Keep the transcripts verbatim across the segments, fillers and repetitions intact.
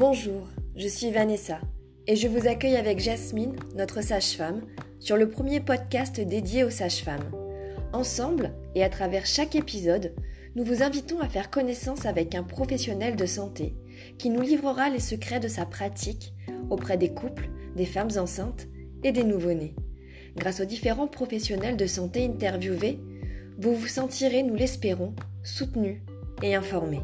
Bonjour, je suis Vanessa et je vous accueille avec Jasmine, notre sage-femme, sur le premier podcast dédié aux sages-femmes. Ensemble, et à travers chaque épisode, nous vous invitons à faire connaissance avec un professionnel de santé qui nous livrera les secrets de sa pratique auprès des couples, des femmes enceintes et des nouveau-nés. Grâce aux différents professionnels de santé interviewés, vous vous sentirez, nous l'espérons, soutenus et informés.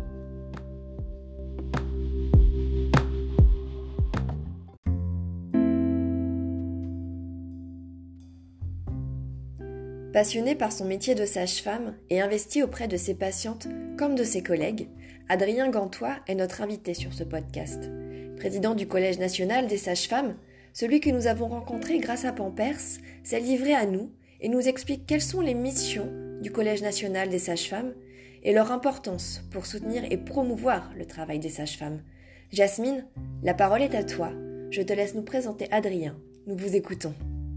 Passionné par son métier de sage-femme et investi auprès de ses patientes comme de ses collègues, Adrien Gantois est notre invité sur ce podcast. Président du Collège national des sages-femmes, celui que nous avons rencontré grâce à Pampers s'est livré à nous et nous explique quelles sont les missions du Collège national des sages-femmes et leur importance pour soutenir et promouvoir le travail des sages-femmes. Jasmine, la parole est à toi. Je te laisse nous présenter Adrien. Nous vous écoutons.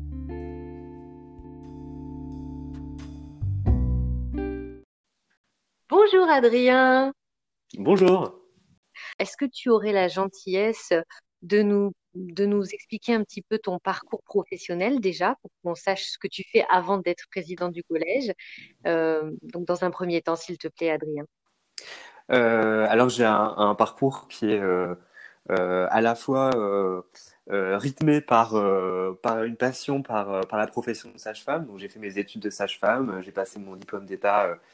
Bonjour Adrien. Bonjour. Est-ce que tu aurais la gentillesse de nous, de nous expliquer un petit peu ton parcours professionnel déjà, pour qu'on sache ce que tu fais avant d'être président du collège. Euh, donc dans un premier temps, s'il te plaît, Adrien. Euh, alors j'ai un, un parcours qui est euh, euh, à la fois euh, euh, rythmé par, euh, par une passion par, euh, par la profession de sage-femme. Donc j'ai fait mes études de sage-femme, j'ai passé mon diplôme d'État euh,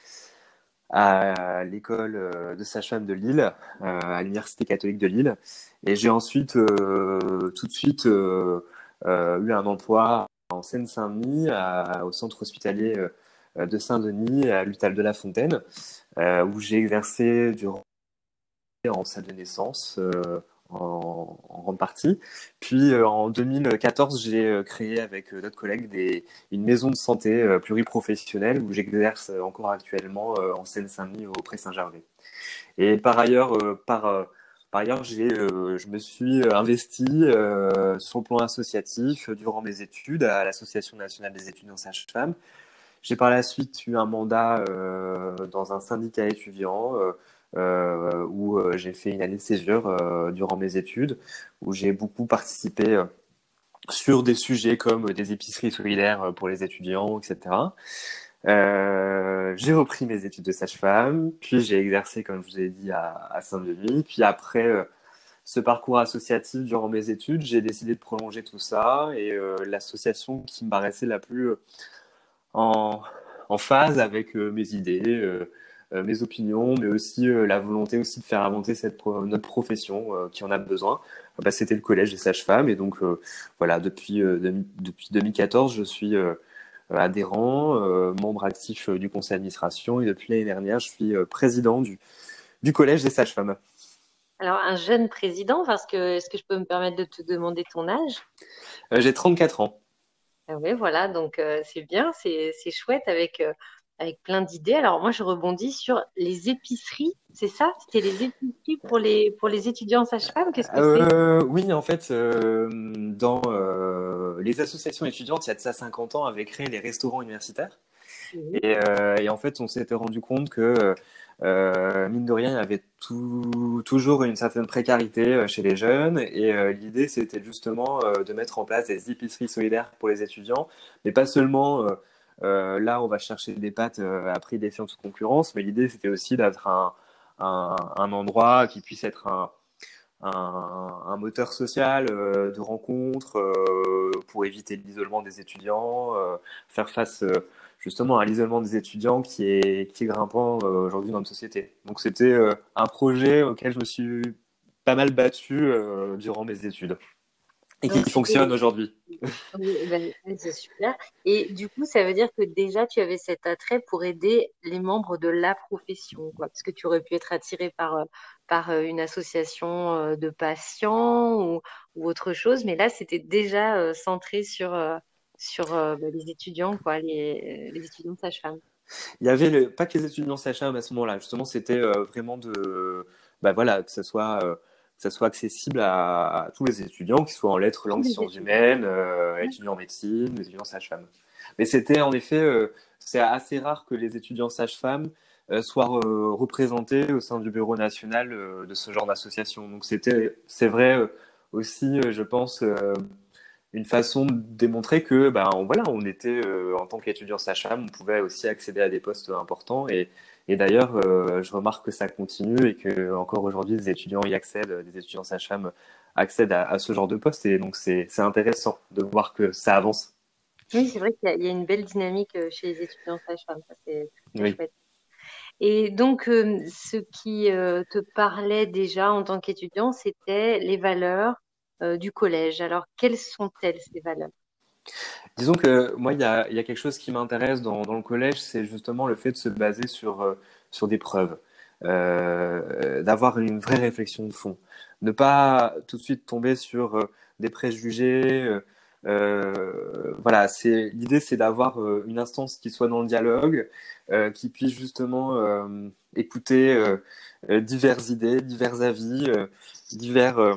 à l'école euh, de sage-femme de Lille, euh, à l'Université catholique de Lille. Et j'ai ensuite euh, tout de suite euh, euh, eu un emploi en Seine-Saint-Denis, à- au centre hospitalier euh, de Saint-Denis, à l'hôpital de La Fontaine, euh, où j'ai exercé durant en salle de naissance euh, en, en grande partie. Puis euh, en deux mille quatorze, j'ai euh, créé avec euh, d'autres collègues des, une maison de santé euh, pluriprofessionnelle où j'exerce euh, encore actuellement euh, en Seine-Saint-Denis au Pré-Saint-Gervais. Et par ailleurs, euh, par, euh, par ailleurs j'ai, euh, je me suis investi euh, sur le plan associatif euh, durant mes études à l'Association nationale des étudiants sages-femmes. J'ai par la suite eu un mandat euh, dans un syndicat étudiant euh, euh, où euh, j'ai fait une année de césure euh, durant mes études, où j'ai beaucoup participé euh, sur des sujets comme des épiceries solidaires pour les étudiants, et cetera. Euh, j'ai repris mes études de sage-femme, puis j'ai exercé, comme je vous ai dit, à, à Saint-Denis. Puis après euh, ce parcours associatif durant mes études, j'ai décidé de prolonger tout ça et euh, l'association qui me paraissait la plus en, en phase avec euh, mes idées, euh, euh, mes opinions, mais aussi euh, la volonté aussi de faire avancer cette pro- notre profession euh, qui en a besoin. Euh, Bah, c'était le collège des sages-femmes et donc euh, voilà, depuis, euh, demi- depuis deux mille quatorze, je suis euh, adhérent, euh, membre actif euh, du conseil d'administration et depuis l'année dernière, je suis euh, président du, du collège des sages-femmes. Alors, un jeune président, parce que est-ce que je peux me permettre de te demander ton âge? Euh, j'ai trente-quatre ans. Ah oui, voilà, donc euh, c'est bien, c'est c'est chouette avec, euh, avec plein d'idées. Alors moi, je rebondis sur les épiceries, c'est ça? C'était les épiceries pour les, pour les étudiants sages-femmes, qu'est-ce que c'est? Euh, oui, en fait, euh, dans euh, les associations étudiantes, il y a de ça cinquante ans, avaient créé les restaurants universitaires. Oui. Et, euh, et en fait, on s'était rendu compte que, euh, mine de rien, il y avait tout, toujours une certaine précarité euh, chez les jeunes. Et euh, l'idée, c'était justement euh, de mettre en place des épiceries solidaires pour les étudiants. Mais pas seulement, euh, euh, là, on va chercher des pâtes euh, à prix défiant toute concurrence. Mais l'idée, c'était aussi d'être un, un, un endroit qui puisse être un, un, un moteur social euh, de rencontres euh, pour éviter l'isolement des étudiants, euh, faire face euh, justement à l'isolement des étudiants qui est, qui est grimpant euh, aujourd'hui dans notre société. Donc c'était euh, un projet auquel je me suis pas mal battu euh, durant mes études et qui Donc fonctionne c'était, aujourd'hui. oui, ben, oui, c'est super. Et du coup, ça veut dire que déjà, tu avais cet attrait pour aider les membres de la profession, quoi. Parce que tu aurais pu être attiré par, euh, par euh, une association euh, de patients ou, ou autre chose, mais là, c'était déjà euh, centré sur, euh, sur euh, ben, les étudiants, quoi, les, les étudiants sages-femmes. Il y avait le, pas que les étudiants sages-femmes à ce moment-là, justement c'était euh, vraiment de, bah voilà, que ça soit euh, que ça soit accessible à, à tous les étudiants, qu'ils soient en lettres, Tous langues, les sciences étudiants. humaines, euh, étudiants en médecine, étudiants sages-femmes. Mais c'était en effet, euh, c'est assez rare que les étudiants sages-femmes euh, soient euh, représentés au sein du bureau national euh, de ce genre d'association. Donc c'était, c'est vrai euh, aussi, euh, je pense, euh, une façon de démontrer que, ben on, voilà, on était euh, en tant qu'étudiant sage-femme, on pouvait aussi accéder à des postes importants. Et, et d'ailleurs, euh, je remarque que ça continue et que encore aujourd'hui, des étudiants y accèdent, des étudiants sages-femmes accèdent à, à ce genre de poste. Et donc c'est c'est intéressant de voir que ça avance. Oui, c'est vrai qu'il y a, il y a une belle dynamique euh, chez les étudiants sages-femmes. Ça, c'est très Oui. chouette. Et donc, euh, ce qui euh, te parlait déjà en tant qu'étudiant, c'était les valeurs euh, du collège. Alors, quelles sont-elles, ces valeurs? Disons que moi, il y a, il y a quelque chose qui m'intéresse dans, dans le collège, c'est justement le fait de se baser sur, euh, sur des preuves, euh, d'avoir une vraie réflexion de fond, ne pas tout de suite tomber sur euh, des préjugés. euh, euh, voilà, c'est l'idée, c'est d'avoir euh, une instance qui soit dans le dialogue, euh, qui puisse justement euh, écouter euh, euh, diverses idées, divers avis, euh, divers euh,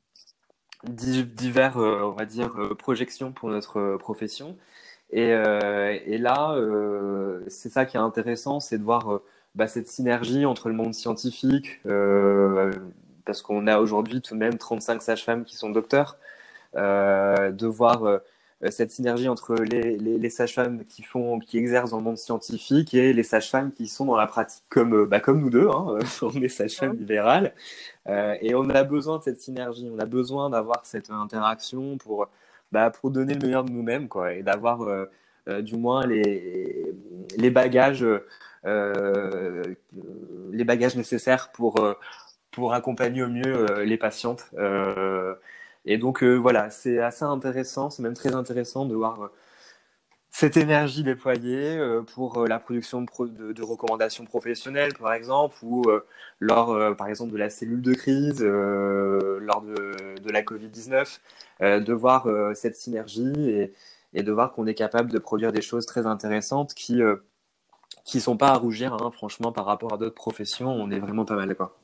di- divers, euh, on va dire, euh, projections pour notre euh, profession. Et, euh, et là, euh, c'est ça qui est intéressant, c'est de voir euh, bah, cette synergie entre le monde scientifique, euh, parce qu'on a aujourd'hui tout de même trente-cinq sages-femmes qui sont docteurs, euh, de voir euh, cette synergie entre les, les, les sages-femmes qui font, qui exercent dans le monde scientifique et les sages-femmes qui sont dans la pratique, comme, euh, bah, comme nous deux, hein, on est sages-femmes libérales. Euh, et on a besoin de cette synergie, on a besoin d'avoir cette interaction pour, bah, pour donner le meilleur de nous-mêmes, quoi, et d'avoir euh, euh, du moins les, les bagages, euh, les bagages nécessaires pour, euh, pour accompagner au mieux euh, les patientes. Euh, et donc euh, voilà, c'est assez intéressant, c'est même très intéressant de voir euh, cette énergie déployée euh, pour euh, la production de, pro- de, de recommandations professionnelles, par exemple, ou euh, lors, euh, par exemple, de la cellule de crise, euh, lors de, de la covid dix-neuf, euh, de voir euh, cette synergie et, et de voir qu'on est capable de produire des choses très intéressantes qui euh, qui sont pas à rougir, hein, franchement, par rapport à d'autres professions, on est vraiment pas mal, quoi.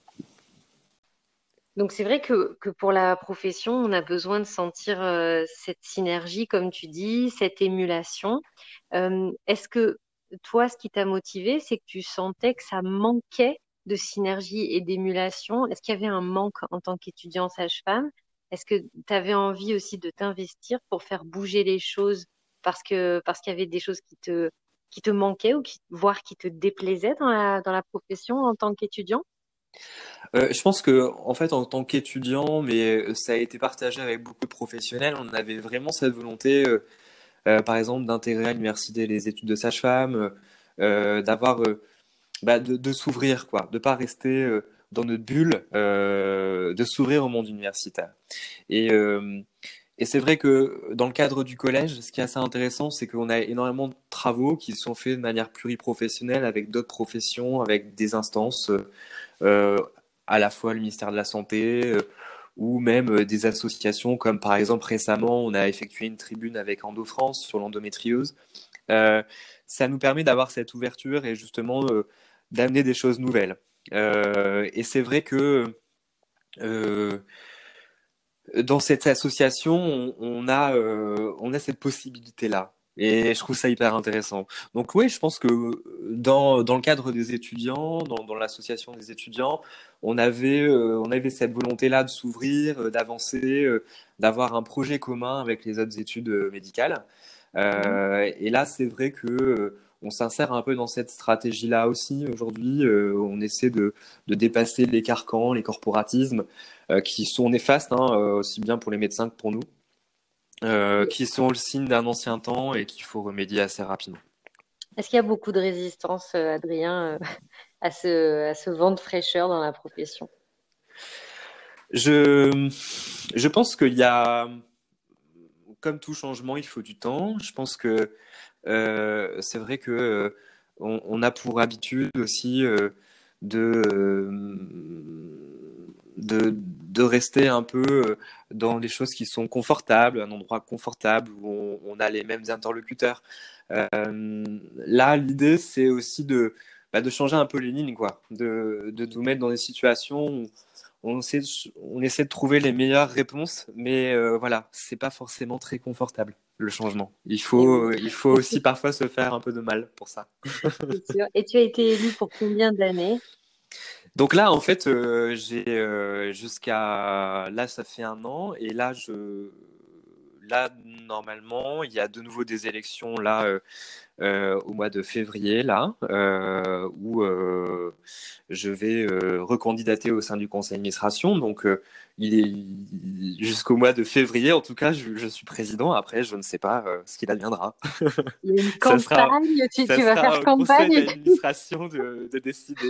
Donc, c'est vrai que, que pour la profession, on a besoin de sentir euh, cette synergie, comme tu dis, cette émulation. Euh, est-ce que toi, ce qui t'a motivé, c'est que tu sentais que ça manquait de synergie et d'émulation? Est-ce qu'il y avait un manque en tant qu'étudiant sage-femme? Est-ce que tu avais envie aussi de t'investir pour faire bouger les choses parce que parce qu'il y avait des choses qui te qui te manquaient ou qui, voire qui te déplaisaient dans la dans la profession en tant qu'étudiant? Euh, je pense que, en fait, en tant qu'étudiant, mais ça a été partagé avec beaucoup de professionnels, on avait vraiment cette volonté, euh, euh, par exemple, d'intégrer à l'université les études de sage-femme, euh, d'avoir, euh, bah, de, de s'ouvrir, quoi, de pas rester euh, dans notre bulle, euh, de s'ouvrir au monde universitaire. Et, euh, et c'est vrai que dans le cadre du collège, ce qui est assez intéressant, c'est qu'on a énormément de travaux qui sont faits de manière pluriprofessionnelle avec d'autres professions, avec des instances. Euh, à la fois le ministère de la Santé euh, ou même euh, des associations comme par exemple récemment on a effectué une tribune avec Endo France sur l'endométriose. Euh, ça nous permet d'avoir cette ouverture et justement euh, d'amener des choses nouvelles. Euh, et c'est vrai que euh, dans cette association, on, on a, euh, on a cette possibilité-là. Et je trouve ça hyper intéressant. Donc oui, je pense que dans, dans le cadre des étudiants, dans, dans l'association des étudiants, on avait, euh, on avait cette volonté-là de s'ouvrir, euh, d'avancer, euh, d'avoir un projet commun avec les autres études euh, médicales. Mhm. Euh, et là, c'est vrai que euh, on s'insère un peu dans cette stratégie-là aussi aujourd'hui. Euh, on essaie de, de dépasser les carcans, les corporatismes euh, qui sont néfastes, hein, euh, aussi bien pour les médecins que pour nous, euh, qui sont le signe d'un ancien temps et qu'il faut remédier assez rapidement. Est-ce qu'il y a beaucoup de résistance, euh, Adrien, euh, à ce, à ce vent de fraîcheur dans la profession? Je, je pense qu'il y a, comme tout changement, il faut du temps. Je pense que euh, c'est vrai que euh, on, on a pour habitude aussi euh, de, euh, de, de rester un peu euh, dans les choses qui sont confortables, un endroit confortable où on, on a les mêmes interlocuteurs. Euh, Là, l'idée, c'est aussi de, bah, de changer un peu les lignes, quoi, de, de nous mettre dans des situations où on essaie, de, on essaie de trouver les meilleures réponses, mais euh, voilà, c'est pas forcément très confortable. le changement. Il faut, il faut aussi parfois se faire un peu de mal pour ça. C'est sûr. Et tu as été élu pour combien d'années? Donc là, en fait, euh, j'ai euh, jusqu'à là, ça fait un an, et là, je, là, normalement, il y a de nouveau des élections là euh, euh, au mois de février là, euh, où euh, je vais euh, recandidater au sein du conseil d'administration. Donc, euh, il est jusqu'au mois de février, en tout cas, je, je suis président. Après, je ne sais pas euh, ce qu'il adviendra. Il y a une Ça sera, campagne, tu, ça tu vas faire sera au conseil campagne. d'administration de, de décider.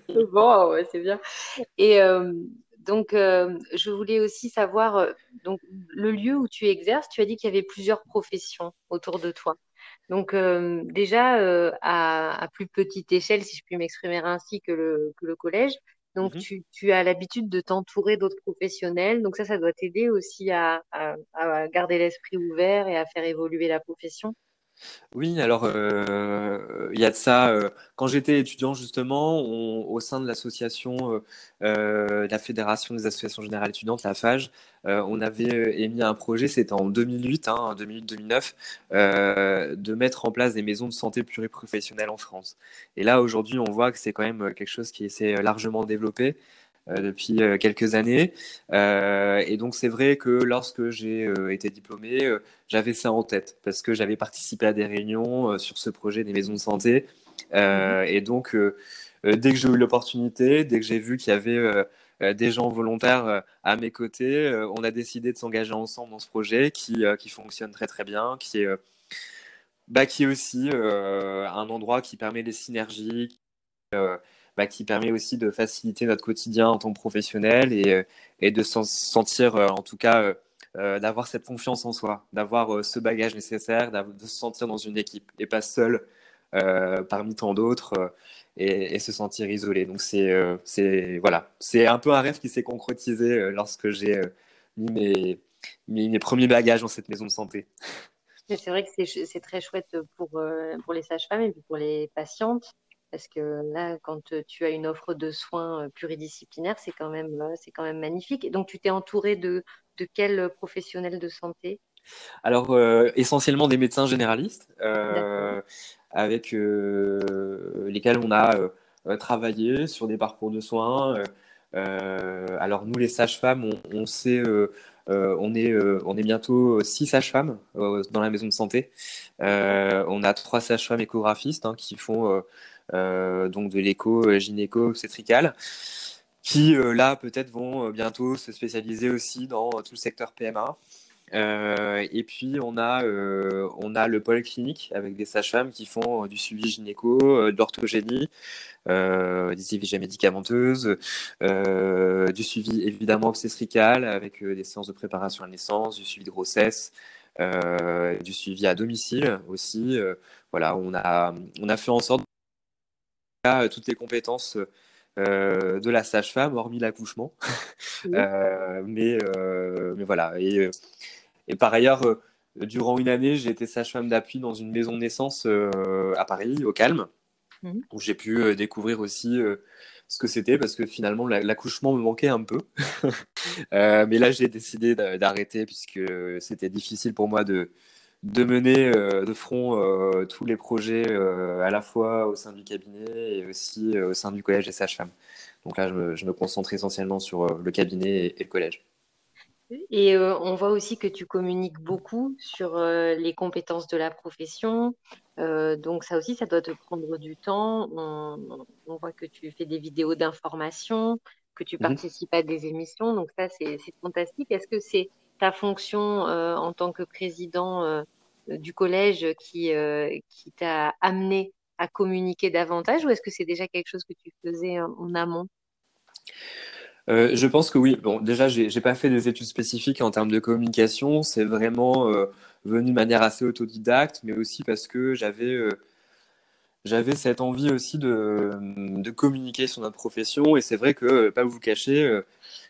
Bon, ouais, c'est bien. Et euh, donc, euh, je voulais aussi savoir, euh, donc, le lieu où tu exerces, tu as dit qu'il y avait plusieurs professions autour de toi. Donc, euh, déjà, euh, à, à plus petite échelle, si je puis m'exprimer ainsi que le, que le collège, donc Mhm. tu, tu as l'habitude de t'entourer d'autres professionnels. Donc ça, ça doit t'aider aussi à, à, à garder l'esprit ouvert et à faire évoluer la profession. Oui, alors euh, il y a de ça. Euh, quand j'étais étudiant, justement, on- au sein de l'association, euh, euh, la Fédération des associations générales étudiantes, la FAGE, euh, on avait euh, émis un projet, c'était en deux mille huit, hein, deux mille huit deux mille neuf, euh, de mettre en place des maisons de santé pluriprofessionnelles en France. Et là, aujourd'hui, on voit que c'est quand même quelque chose qui s'est largement développé euh, depuis euh, quelques années. Euh, et donc, c'est vrai que lorsque j'ai euh, été diplômé, euh, j'avais ça en tête parce que j'avais participé à des réunions euh, sur ce projet des maisons de santé. Mhm. Euh, et donc, euh, euh, dès que j'ai eu l'opportunité, dès que j'ai vu qu'il y avait euh, euh, des gens volontaires euh, à mes côtés, euh, on a décidé de s'engager ensemble dans ce projet qui, euh, qui fonctionne très très bien, qui est, euh, bah, qui est aussi euh, un endroit qui permet des synergies, euh, bah, qui permet aussi de faciliter notre quotidien en tant que professionnel et, euh, et de se sentir, euh, en tout cas, euh, euh, d'avoir cette confiance en soi, d'avoir euh, ce bagage nécessaire, d'av- de se sentir dans une équipe et pas seul euh, parmi tant d'autres euh, et, et se sentir isolé. Donc c'est, euh, c'est, voilà, c'est un peu un rêve qui s'est concrétisé euh, lorsque j'ai euh, mis mes, mis mes premiers bagages dans cette maison de santé. Mais c'est vrai que c'est ch- c'est très chouette pour, euh, pour les sages-femmes et puis pour les patientes, parce que là, quand euh, tu as une offre de soins euh, pluridisciplinaire, c'est quand même, euh, c'est quand même magnifique. Et donc, tu t'es entouré de, de quels professionnels de santé? Alors, euh, essentiellement des médecins généralistes, D'accord. euh, avec euh, lesquels on a euh, euh, travaillé sur des parcours de soins. Euh, euh, alors, nous, les sages-femmes, on, on sait, euh, euh, on est, euh, on est bientôt six sages-femmes euh, dans la maison de santé. Euh, on a trois sages-femmes échographistes hein, qui font euh, euh, donc de l'écho euh, gynéco obstétrical, qui euh, là peut-être vont euh, bientôt se spécialiser aussi dans euh, tout le secteur P M A. Euh, et puis on a, euh, on a le pôle clinique avec des sages-femmes qui font euh, du suivi gynéco, euh, de l'orthogénie, euh, des I V G médicamenteuses, euh, du suivi évidemment obstétrical avec euh, des séances de préparation à la naissance, du suivi de grossesse, euh, du suivi à domicile aussi. Euh, voilà, on a, on a fait en sorte d'avoir toutes les compétences euh, de la sage-femme, hormis l'accouchement. Oui. Euh, mais, euh, mais voilà. Et, euh, et par ailleurs, euh, durant une année, j'ai été sage-femme d'appui dans une maison de naissance euh, à Paris, au Calme, Mhm. où j'ai pu euh, découvrir aussi euh, ce que c'était, parce que finalement, la- l'accouchement me manquait un peu. Euh, mais là, j'ai décidé d'a- d'arrêter, puisque c'était difficile pour moi de, de mener euh, de front euh, tous les projets euh, à la fois au sein du cabinet et aussi euh, au sein du collège des sages-femmes. Donc là, je me, je me concentre essentiellement sur euh, le cabinet et, et le collège. Et euh, on voit aussi que tu communiques beaucoup sur euh, les compétences de la profession. Euh, donc ça aussi, ça doit te prendre du temps. On, on voit que tu fais des vidéos d'information, que tu Mhm. participes à des émissions. Donc ça, c'est c'est fantastique. Est-ce que c'est ta fonction euh, en tant que président euh, du collège qui, euh, qui t'a amené à communiquer davantage ou est-ce que c'est déjà quelque chose que tu faisais en, en amont? Euh, je pense que oui. Bon, déjà, j'ai j'ai pas fait des études spécifiques en termes de communication. C'est vraiment euh, venu de manière assez autodidacte, mais aussi parce que j'avais euh, j'avais cette envie aussi de, de communiquer sur notre profession. Et c'est vrai que, euh, pas vous le cacher, euh,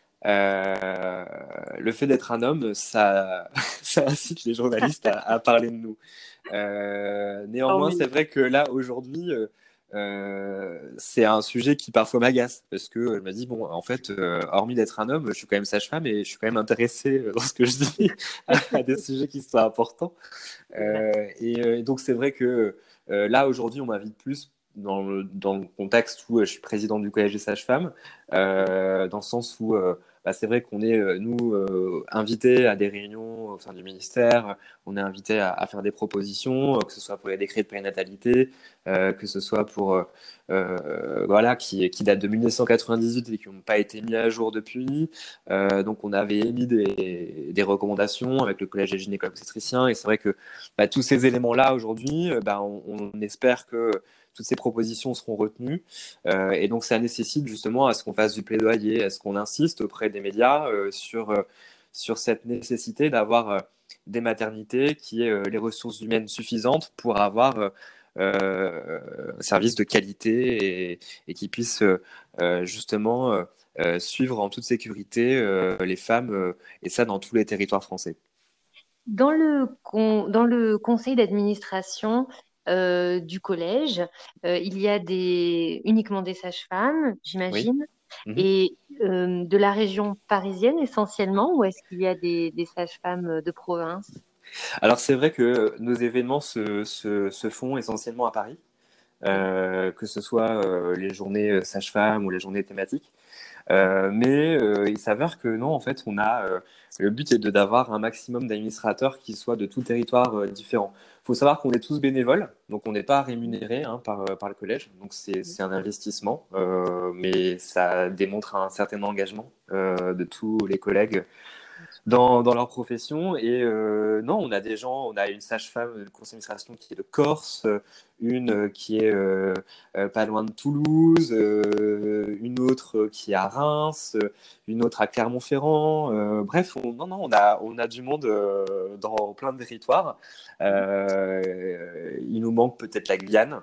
euh, le fait d'être un homme, ça, ça incite les journalistes à, à parler de nous. Euh, Tant néanmoins, c'est mieux. vrai que là, aujourd'hui, euh, euh, c'est un sujet qui parfois m'agace parce que je me dis, bon, en fait, euh, hormis d'être un homme, je suis quand même sage-femme et je suis quand même intéressé euh, dans ce que je dis à, à des sujets qui sont importants. Euh, et, euh, et donc, c'est vrai que euh, là, aujourd'hui, on m'invite plus dans le, dans le contexte où euh, je suis président du collège des sages-femmes, euh, dans le sens où euh, bah, c'est vrai qu'on est, euh, nous, euh, invités à des réunions au sein du ministère, on est invités à, à faire des propositions, euh, que ce soit pour les décrets de périnatalité, euh, que ce soit pour, euh, euh, voilà, qui, qui datent de mille neuf cent quatre-vingt-dix-huit et qui n'ont pas été mis à jour depuis. Euh, donc, on avait émis des, des recommandations avec le collège des gynécologues-obstétriciens, et c'est vrai que bah, tous ces éléments-là, aujourd'hui, euh, bah, on, on espère que toutes ces propositions seront retenues. Euh, et donc, ça nécessite justement à ce qu'on fasse du plaidoyer, à ce qu'on insiste auprès des médias euh, sur, euh, sur cette nécessité d'avoir euh, des maternités qui aient euh, les ressources humaines suffisantes pour avoir euh, euh, un service de qualité et, et qui puissent euh, euh, justement euh, euh, suivre en toute sécurité euh, les femmes, euh, et ça dans tous les territoires français. Dans le, con- dans le conseil d'administration euh, du collège, euh, il y a des, uniquement des sages-femmes, Oui. j'imagine, Mhm. et euh, de la région parisienne essentiellement, ou est-ce qu'il y a des, des sages-femmes de province? Alors c'est vrai que nos événements se, se, se font essentiellement à Paris, Oui. euh, que ce soit euh, les journées sages-femmes ou les journées thématiques. Euh, mais euh, il s'avère que non, en fait, on a euh, le but est de d'avoir un maximum d'administrateurs qui soient de tout territoire euh, différent. Il faut savoir qu'on est tous bénévoles, donc on n'est pas rémunéré hein, par, euh, par le collège, donc c'est c'est un investissement, euh, mais ça démontre un certain engagement euh, de tous les collègues dans, dans leur profession. Et euh, non, on a des gens, on a une sage-femme de conseil d'administration qui est de Corse, une euh, qui est euh, euh, pas loin de Toulouse, euh, une autre qui est à Reims, une autre à Clermont-Ferrand. Euh, bref, on, non, non, on a, on a du monde euh, dans plein de territoires. Euh, il nous manque peut-être la Guyane.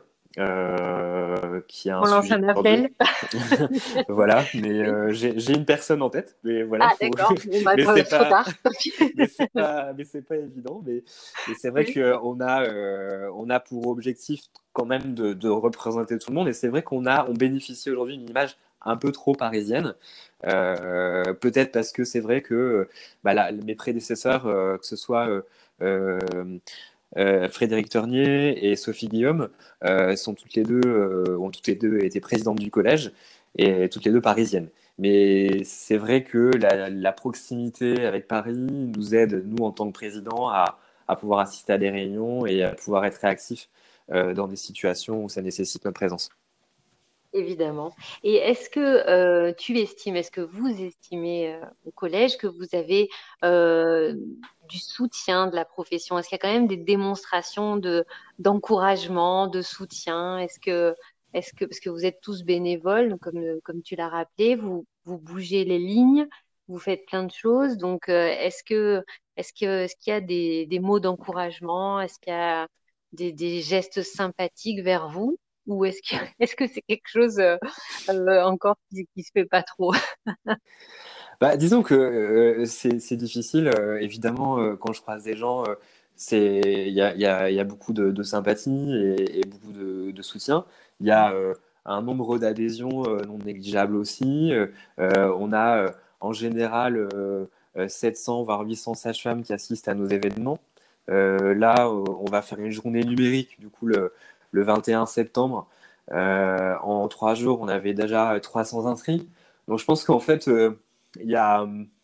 Euh, qui est un On lance sujet un aujourd'hui. appel. Voilà, mais Oui. euh, j'ai j'ai une personne en tête, mais voilà, Ah, faut... d'accord. Bon, bah, mais trop c'est trop pas, tard. mais c'est pas, mais c'est pas évident. Mais, mais c'est vrai Oui. qu'on a, euh, on a pour objectif quand même de, de représenter tout le monde, et c'est vrai qu'on a, on bénéficie aujourd'hui d'une image un peu trop parisienne. Euh, peut-être parce que c'est vrai que bah, là, mes prédécesseurs, euh, que ce soit euh, euh, euh, Frédéric Ternier et Sophie Guillaume, euh, sont toutes les deux, euh, ont toutes les deux été présidentes du collège et toutes les deux parisiennes. Mais c'est vrai que la, la proximité avec Paris nous aide, nous, en tant que président, à, à pouvoir assister à des réunions et à pouvoir être réactifs euh, dans des situations où ça nécessite notre présence. Évidemment. Et est-ce que euh, tu estimes, est-ce que vous estimez euh, au collège que vous avez euh, du soutien de la profession? Est-ce qu'il y a quand même des démonstrations de d'encouragement, de soutien? Est-ce que, est-ce que, parce que vous êtes tous bénévoles, comme, comme tu l'as rappelé, vous, vous bougez les lignes, vous faites plein de choses. Donc, euh, est-ce que, est-ce que, est-ce qu'il y a des, des mots d'encouragement? Est-ce qu'il y a des, des gestes sympathiques vers vous? Ou est-ce que est-ce que c'est quelque chose euh, euh, encore qui, qui se fait pas trop? Bah, disons que euh, c'est c'est difficile. Euh, évidemment, euh, quand je croise des gens, euh, c'est il y a, il y a, il y a beaucoup de, de sympathie et, et beaucoup de, de soutien. Il y a euh, un nombre d'adhésions euh, non négligeable aussi. Euh, euh, on a euh, en général euh, euh, sept cents voire huit cents sages-femmes qui assistent à nos événements. Euh, là, euh, on va faire une journée numérique du coup le, le vingt et un septembre. Euh, en trois jours, on avait déjà trois cents inscrits. Donc je pense qu'en fait euh, il y a,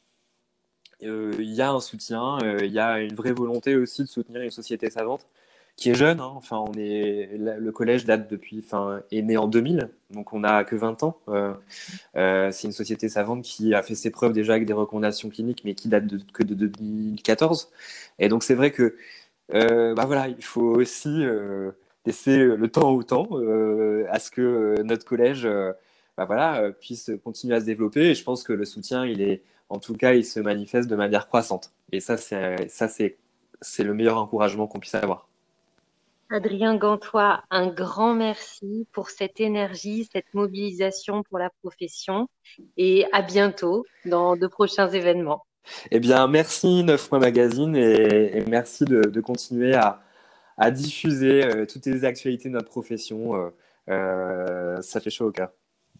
euh, il y a un soutien, euh, il y a une vraie volonté aussi de soutenir une société savante qui est jeune. Hein. Enfin, on est, le collège date depuis, enfin, est né en deux mille, donc on n'a que vingt ans. Euh, euh, c'est une société savante qui a fait ses preuves déjà avec des recommandations cliniques, mais qui date de, que de deux mille quatorze. Et donc c'est vrai que, euh, bah voilà, il faut aussi euh, laisser le temps au temps euh, à ce que euh, notre collège euh, bah voilà, euh, puisse continuer à se développer. Et je pense que le soutien, il est, en tout cas, il se manifeste de manière croissante. Et ça, c'est, ça, c'est, c'est le meilleur encouragement qu'on puisse avoir. Adrien Gantois, un grand merci pour cette énergie, cette mobilisation pour la profession et à bientôt dans de prochains événements. Eh bien, merci Neuf Mois Magazine et, et merci de, de continuer à, à diffuser euh, toutes les actualités de notre profession euh, euh, ça fait chaud au cœur.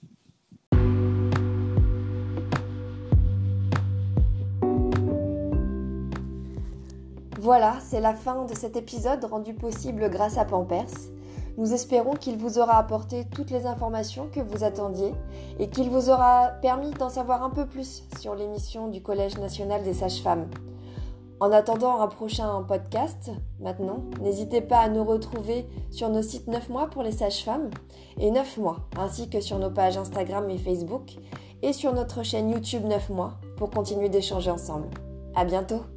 Voilà, c'est la fin de cet épisode rendu possible grâce à Pampers. Nous espérons qu'il vous aura apporté toutes les informations que vous attendiez et qu'il vous aura permis d'en savoir un peu plus sur l'émission du Collège national des sages-femmes. En attendant un prochain podcast, maintenant, n'hésitez pas à nous retrouver sur nos sites neuf mois pour les sages-femmes et neuf mois, ainsi que sur nos pages Instagram et Facebook et sur notre chaîne YouTube neuf mois pour continuer d'échanger ensemble. À bientôt!